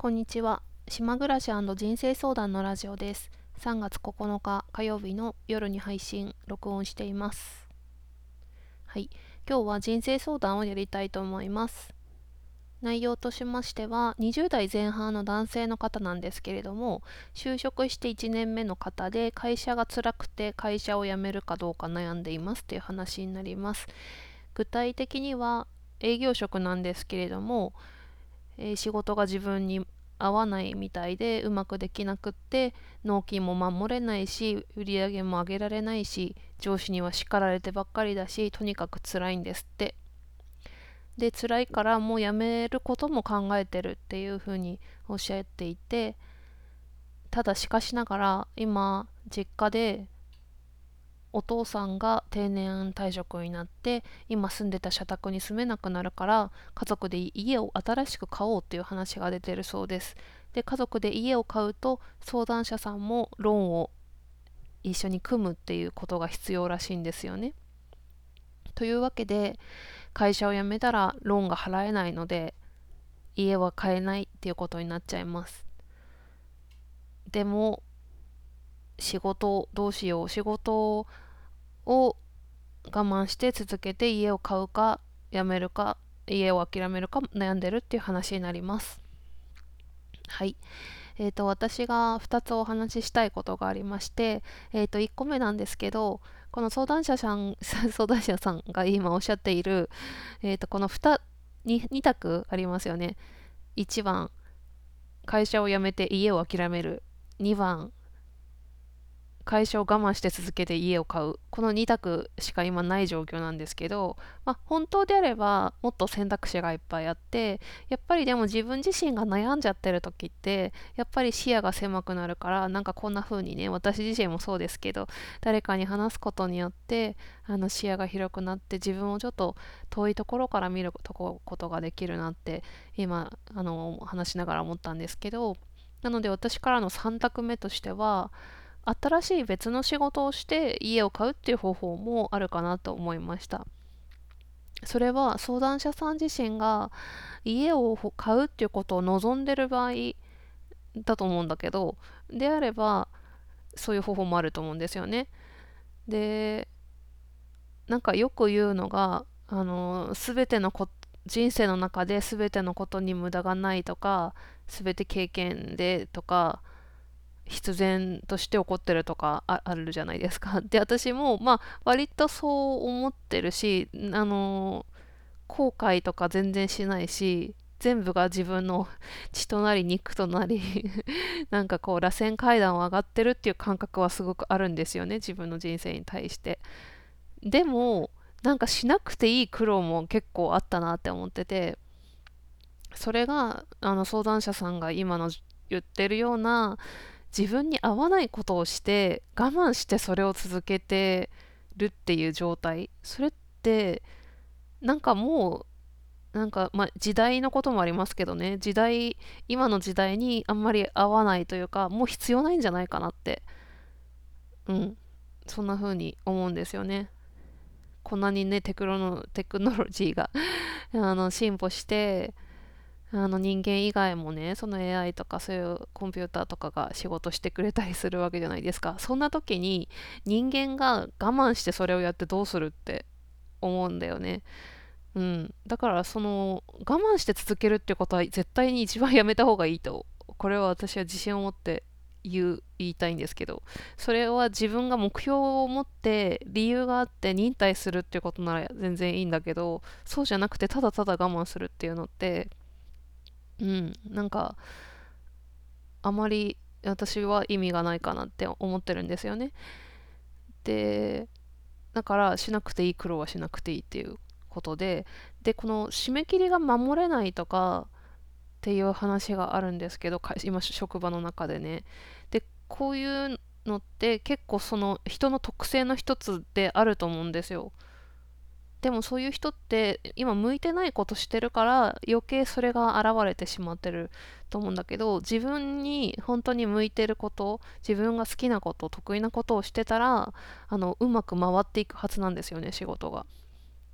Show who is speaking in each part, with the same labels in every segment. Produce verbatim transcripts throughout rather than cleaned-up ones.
Speaker 1: こんにちは。島暮らし人生相談のラジオです。さんがつここのか火曜日の夜に配信、録音しています。はい。今日は人生相談をやりたいと思います。内容としましては、にじゅう代前半の男性の方なんですけれども、就職していちねんめの方で、会社が辛くて会社を辞めるかどうか悩んでいますという話になります。具体的には営業職なんですけれども、えー仕事が自分に合わないみたいでうまくできなくって、納期も守れないし売り上げも上げられないし、上司には叱られてばっかりだし、とにかく辛いんですって。で辛いからもう辞めることも考えてるっていうふうにおっしゃっていて、ただしかしながら今実家でお父さんが定年退職になって、今住んでた社宅に住めなくなるから、家族で家を新しく買おうっていう話が出てるそうです。で家族で家を買うと、相談者さんもローンを一緒に組むっていうことが必要らしいんですよね。というわけで、会社を辞めたらローンが払えないので、家は買えないっていうことになっちゃいます。でも仕事どうしよう、仕事を我慢して続けて家を買うか辞めるか、家を諦めるか悩んでるっていう話になります。はい。えーと、私がふたつお話ししたいことがありまして、えーと、いっこめなんですけど、この相談者さん相談者さんが今おっしゃっている、えーと、この 2, 2, 2択ありますよね。いちばん、会社を辞めて家を諦める。にばん、会社を我慢して続けて家を買う。このに択しか今ない状況なんですけど、まあ、本当であればもっと選択肢がいっぱいあって、やっぱりでも自分自身が悩んじゃってる時って、やっぱり視野が狭くなるから、なんかこんな風にね、私自身もそうですけど、誰かに話すことによってあの視野が広くなって、自分をちょっと遠いところから見るとこことができるなって今あの話しながら思ったんですけど、なので私からのさん択目としては、新しい別の仕事をして家を買うっていう方法もあるかなと思いました。それは相談者さん自身が家を買うっていうことを望んでる場合だと思うんだけど、であればそういう方法もあると思うんですよね。で、なんかよく言うのが、あの全てのこ人生の中で全てのことに無駄がないとか、全て経験でとか、必然として起こってるとか あ, あるじゃないですか。で、私もまあ割とそう思ってるし、あの後悔とか全然しないし、全部が自分の血となり肉となりなんかこう螺旋階段を上がってるっていう感覚はすごくあるんですよね、自分の人生に対して。でもなんかしなくていい苦労も結構あったなって思ってて、それがあの相談者さんが今の言ってるような、自分に合わないことをして我慢してそれを続けてるっていう状態、それってなんかもう、なんかまあ時代のこともありますけどね、時代今の時代にあんまり合わないというか、もう必要ないんじゃないかなって、うんそんな風に思うんですよね。こんなにね、テクノロテクノロジーがあの進歩して、あの人間以外もね、その エーアイ とかそういうコンピューターとかが仕事してくれたりするわけじゃないですか。そんな時に人間が我慢してそれをやってどうするって思うんだよね。うん。だからその我慢して続けるってことは絶対に一番やめた方がいいと、これは私は自信を持って言う言いたいんですけど、それは自分が目標を持って理由があって忍耐するっていうことなら全然いいんだけど、そうじゃなくてただただ我慢するっていうのって、うん、なんかあまり私は意味がないかなって思ってるんですよね。で、だからしなくていい苦労はしなくていいっていうことで、で、この締め切りが守れないとかっていう話があるんですけど、今職場の中でね。で、こういうのって結構その人の特性の一つであると思うんですよ。でもそういう人って今向いてないことしてるから余計それが現れてしまってると思うんだけど、自分に本当に向いてること、自分が好きなこと、得意なことをしてたら、あのうまく回っていくはずなんですよね、仕事が。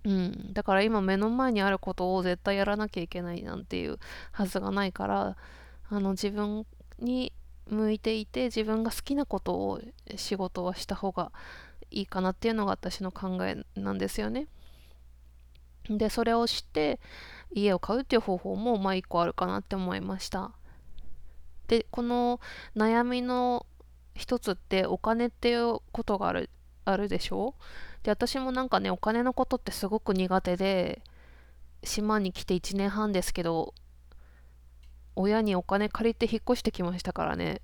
Speaker 1: うん、だから今目の前にあることを絶対やらなきゃいけないなんていうはずがないから、あの自分に向いていて自分が好きなことを仕事はした方がいいかなっていうのが私の考えなんですよね。で、それをして家を買うっていう方法もまあ一個あるかなって思いました。で、この悩みの一つってお金っていうことがある、あるでしょ。で、私もなんかね、お金のことってすごく苦手で、島に来ていちねんはんですけど、親にお金借りて引っ越してきましたからね。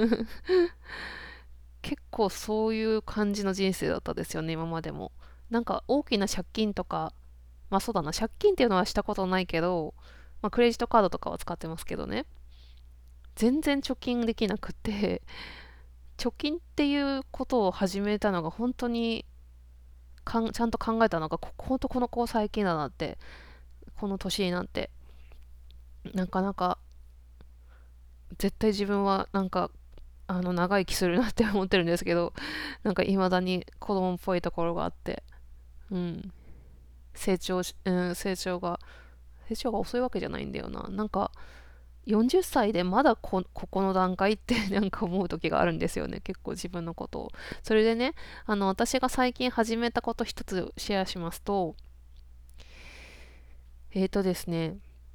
Speaker 1: 結構そういう感じの人生だったですよね、今までも。なんか大きな借金とか、まあそうだな、借金っていうのはしたことないけど、まあクレジットカードとかは使ってますけどね。全然貯金できなくて、貯金っていうことを始めたのが本当にかんちゃんと考えたのが、こここの子最近だなって、この年になって。なかなか、絶対自分はなんか、あの、長生きするなって思ってるんですけど、なんか未だに子供っぽいところがあって、うん、成長し、うん、成長が、成長が遅いわけじゃないんだよな。なんか、よんじゅっさいでまだこ、ここの段階ってなんか思う時があるんですよね。結構自分のことを。それでね、あの、私が最近始めたこと一つシェアしますと、えーとですね、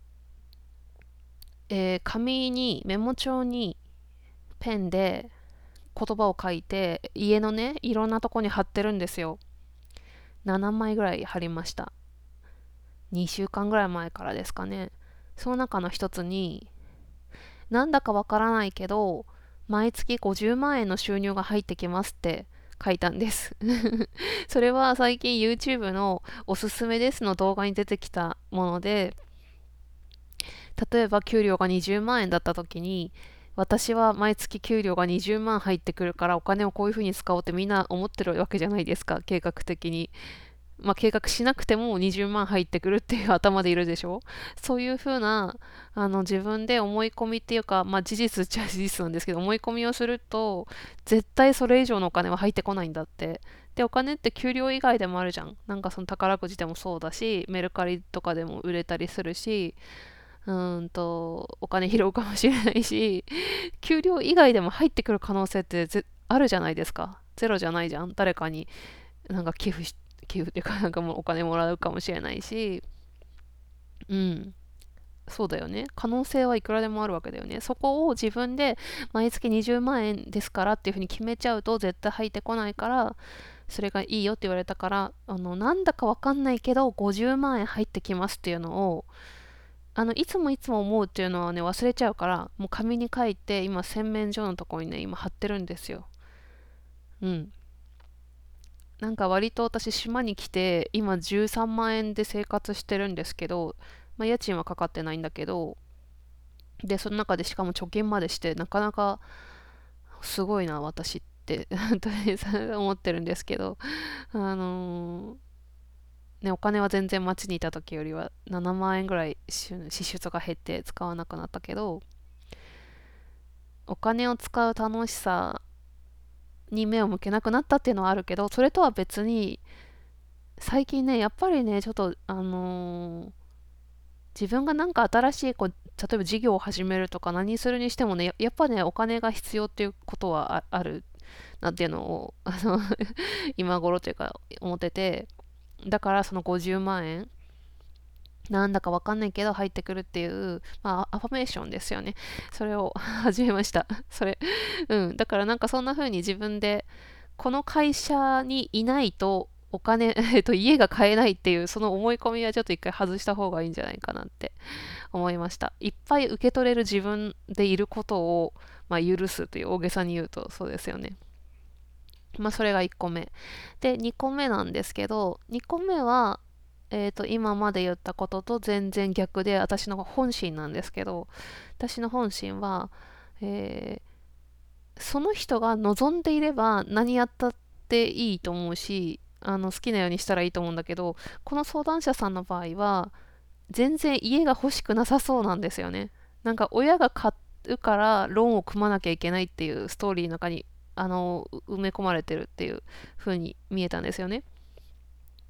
Speaker 1: えー紙に、メモ帳にペンで言葉を書いて、家のね、いろんなとこに貼ってるんですよ。ななまいぐらい貼りました。にしゅうかんぐらい前からですかね。その中の一つに、なんだかわからないけど、毎月ごじゅうまん円の収入が入ってきますって書いたんです。それは最近 YouTube のおすすめですの動画に出てきたもので、例えば給料がにじゅうまん円だった時に、私は毎月給料がにじゅうまん入ってくるからお金をこういう風に使おうってみんな思ってるわけじゃないですか、計画的に。まあ、計画しなくてもにじゅうまん入ってくるっていう頭でいるでしょ。そういう風なあの自分で思い込みっていうか、まあ、事実っちゃ事実なんですけど、思い込みをすると絶対それ以上のお金は入ってこないんだって。で、お金って給料以外でもあるじゃん。なんかその宝くじでもそうだし、メルカリとかでも売れたりするし、うーんとお金拾うかもしれないし、給料以外でも入ってくる可能性ってぜあるじゃないですか。ゼロじゃないじゃん。誰かになんか寄付し寄付っていうかなんかもうお金もらうかもしれないし、うん、そうだよね。可能性はいくらでもあるわけだよね。そこを自分で毎月にじゅうまん円ですからっていうふうに決めちゃうと絶対入ってこないから、それがいいよって言われたから、あの、なんだかわかんないけどごじゅうまん円入ってきますっていうのを、あの、いつもいつも思うっていうのはね、忘れちゃうから、もう紙に書いて、今洗面所のところにね、今貼ってるんですよ。うん。なんか割と私島に来て今じゅうさんまん円で生活してるんですけど、まあ、家賃はかかってないんだけど、でその中でしかも貯金までしてなかなかすごいな私って本当に思ってるんですけど、あのーね、お金は全然街にいた時よりはななまん円ぐらい支出が減って使わなくなったけど、お金を使う楽しさに目を向けなくなったっていうのはあるけど、それとは別に最近ね、やっぱりね、ちょっと、あのー自分がなんか新しいこう、例えば事業を始めるとか何するにしてもね、ややっぱね、お金が必要っていうことはああるなっていうのを、あの今頃というか思ってて、だからそのごじゅうまん円、なんだかわかんないけど入ってくるっていう、まあ、アファメーションですよね。それを始めました。それ。うん。だからなんかそんな風に自分で、この会社にいないとお金、えっと、家が買えないっていう、その思い込みはちょっと一回外した方がいいんじゃないかなって思いました。いっぱい受け取れる自分でいることを、まあ、許すという大げさに言うとそうですよね。まあ、それがいっこめ。で、にこめなんですけど、にこめは、えっと、今まで言ったことと全然逆で、私の本心なんですけど、私の本心は、えーその人が望んでいれば何やったっていいと思うし、あの好きなようにしたらいいと思うんだけど、この相談者さんの場合は全然家が欲しくなさそうなんですよね。なんか親が買うからローンを組まなきゃいけないっていうストーリーの中にあの埋め込まれてるっていう風に見えたんですよね。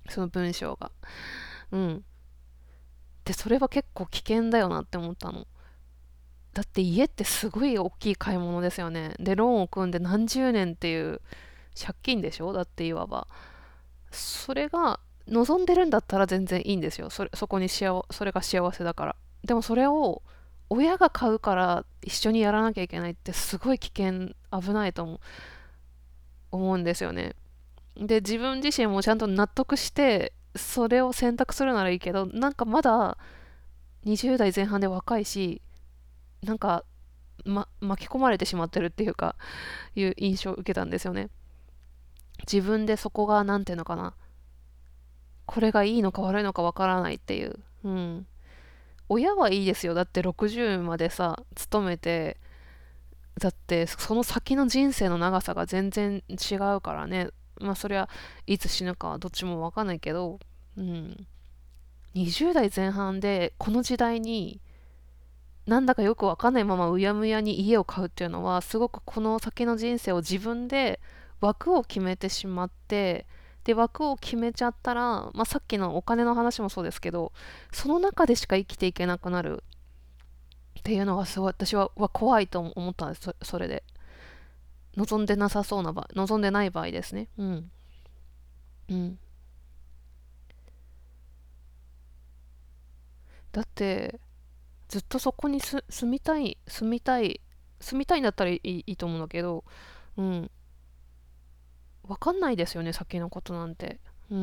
Speaker 1: その文章が。うん。で、それは結構危険だよなって思ったの。だって家ってすごい大きい買い物ですよね。で、ローンを組んで何十年っていう借金でしょ、だっていわば。それが望んでるんだったら全然いいんですよ。それ、そこに幸、それが幸せだから。でもそれを親が買うから一緒にやらなきゃいけないってすごい危険、危ないと思う、思うんですよね。で、自分自身もちゃんと納得してそれを選択するならいいけど、なんかまだにじゅう代前半で若いし、なんか、ま、巻き込まれてしまってるっていうか、いう印象を受けたんですよね。自分でそこが、なんていうのかな、これがいいのか悪いのかわからないっていう。うん。親はいいですよ。だってろくじゅうまでさ、勤めて、だってその先の人生の長さが全然違うからね。まあそりゃいつ死ぬかはどっちもわかんないけど、うん。にじゅう代前半でこの時代になんだかよくわかんないままうやむやに家を買うっていうのはすごくこの先の人生を自分で枠を決めてしまって、で枠を決めちゃったら、まあ、さっきのお金の話もそうですけど、その中でしか生きていけなくなるっていうのがすごい私は、は怖いと思ったんです。そそれで望んでなさそうな場合、望んでない場合ですね。うん。うん。だってずっとそこにす住みたい住みたい住みたいんだったらいい、いいと思うんだけど、うん、わかんないですよね、先のことなんて。うん。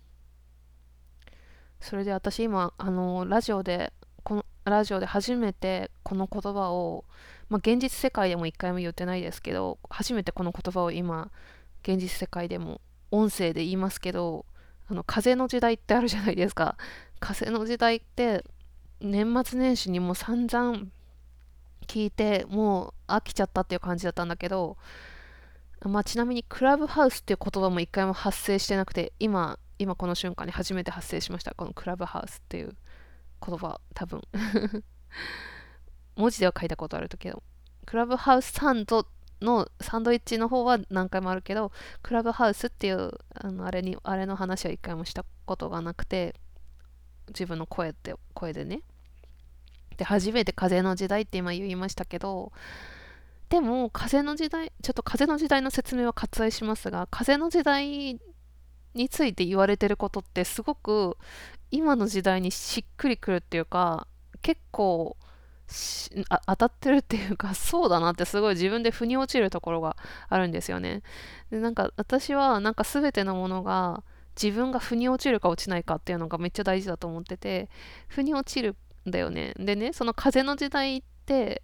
Speaker 1: それで私今、あの、ラジオで、この、ラジオで初めてこの言葉を、まあ、現実世界でも一回も言ってないですけど、初めてこの言葉を今、現実世界でも音声で言いますけど、あの、風の時代ってあるじゃないですか。風の時代って、年末年始にもう散々聞いて、もう飽きちゃったっていう感じだったんだけど、まあ、ちなみにクラブハウスっていう言葉も一回も発生してなくて、今、今この瞬間に初めて発生しました。このクラブハウスっていう言葉、多分。文字では書いたことあるけど。クラブハウスサンドのサンドイッチの方は何回もあるけど、クラブハウスっていうあのあれにあれの話は一回もしたことがなくて、自分の声って声でね。で、初めて風の時代って今言いましたけど、でも風の時代、ちょっと風の時代の説明は割愛しますが、風の時代について言われてることってすごく今の時代にしっくりくるっていうか、結構あ当たってるっていうか、そうだなってすごい自分で腑に落ちるところがあるんですよね。で、なんか私はなんか全てのものが自分が腑に落ちるか落ちないかっていうのがめっちゃ大事だと思ってて、腑に落ちるんだよね。でね、その風の時代って、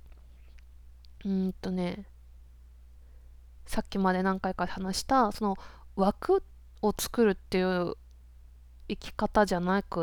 Speaker 1: うーんとね、さっきまで何回か話したその枠を作るっていう生き方じゃなくって、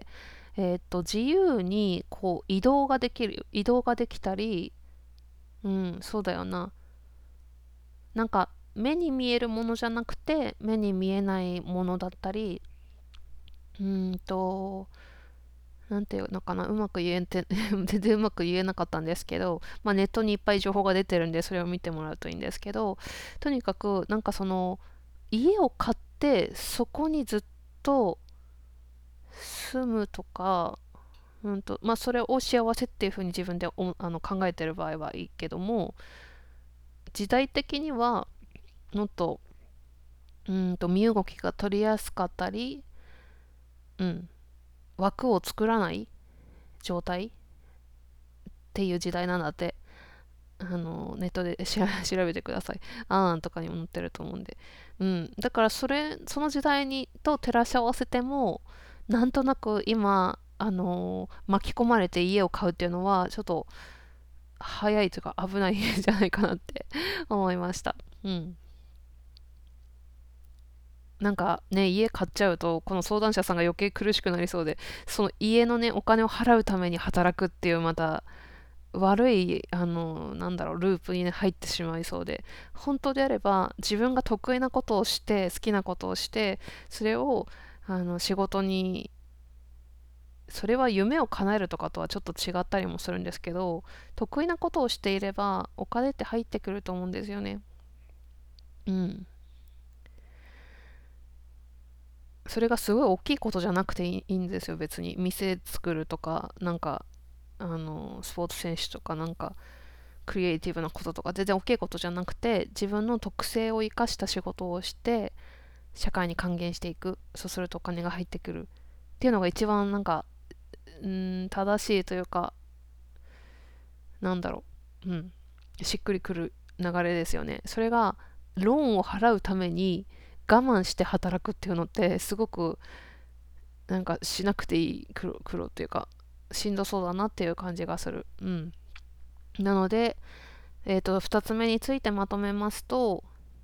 Speaker 1: えっと、自由にこう移動ができる、移動ができたり、うん、そうだよな。なんか目に見えるものじゃなくて目に見えないものだったり、うーんと、なんていうのかな、うまく言えんて、全然うまく言えなかったんですけど、まあ、ネットにいっぱい情報が出てるんで、それを見てもらうといいんですけど、とにかく、なんかその、家を買って、そこにずっと住むとか、うんと、まあ、それを幸せっていうふうに自分でおあの考えてる場合はいいけども、時代的には、もっと、うんと、身動きが取りやすかったり、うん、枠を作らない状態っていう時代なんだって。あのネットで調べてください。あーんとかにも載ってると思うんで。うん。だからそれ、その時代にと照らし合わせても、なんとなく今、あのー巻き込まれて家を買うっていうのは、ちょっと早いというか危ないんじゃないかなって思いました。うん。なんかね、家買っちゃうと、この相談者さんが余計苦しくなりそうで、その家のね、お金を払うために働くっていう、また、悪い、あの、なんだろう、ループに、ね、入ってしまいそうで、本当であれば、自分が得意なことをして、好きなことをして、それを、あの、仕事に、それは夢を叶えるとかとはちょっと違ったりもするんですけど、得意なことをしていれば、お金って入ってくると思うんですよね。うん。 それがすごい大きいことじゃなくていい、いいんですよ。別に店作るとか、なんかあのスポーツ選手とか、なんかクリエイティブなこととか、全然大きいことじゃなくて、自分の特性を生かした仕事をして社会に還元していく。そうするとお金が入ってくるっていうのが一番なんか、うーん正しいというか、なんだろう、うん、しっくりくる流れですよね。それがローンを払うために我慢して働くっていうのってすごくなんかしなくていい苦労、苦労っていうかしんどそうだなっていう感じがする。うん。なので、えっと、ふたつめについてまとめますと、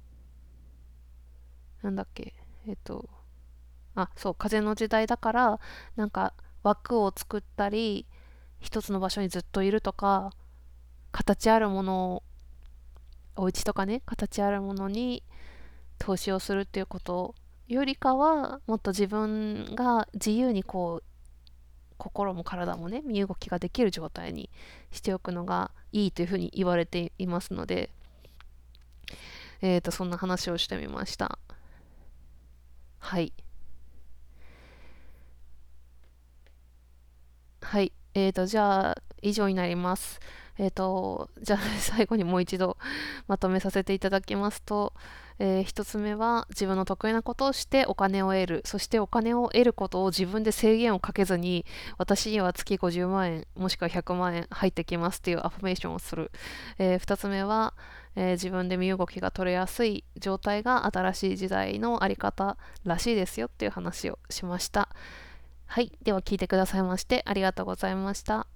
Speaker 1: なんだっけ、えっと、あ、そう、風の時代だから、なんか枠を作ったり、一つの場所にずっといるとか、形あるものを、お家とかね、形あるものに投資をするっていうことよりかは、もっと自分が自由にこう、心も体もね、身動きができる状態にしておくのがいいというふうに言われていますので、えーと、そんな話をしてみました。はい。はい。えーと、じゃあ、以上になります。えーと、じゃあ、最後にもう一度まとめさせていただきますと、えー一つ目は、自分の得意なことをしてお金を得る。そしてお金を得ることを自分で制限をかけずに、私には月ごじゅうまん円、もしくはひゃくまん円入ってきますっていうアファメーションをする。えー二つ目は、えー自分で身動きが取れやすい状態が新しい時代のあり方らしいですよっていう話をしました。はい。では聞いてくださいましてありがとうございました。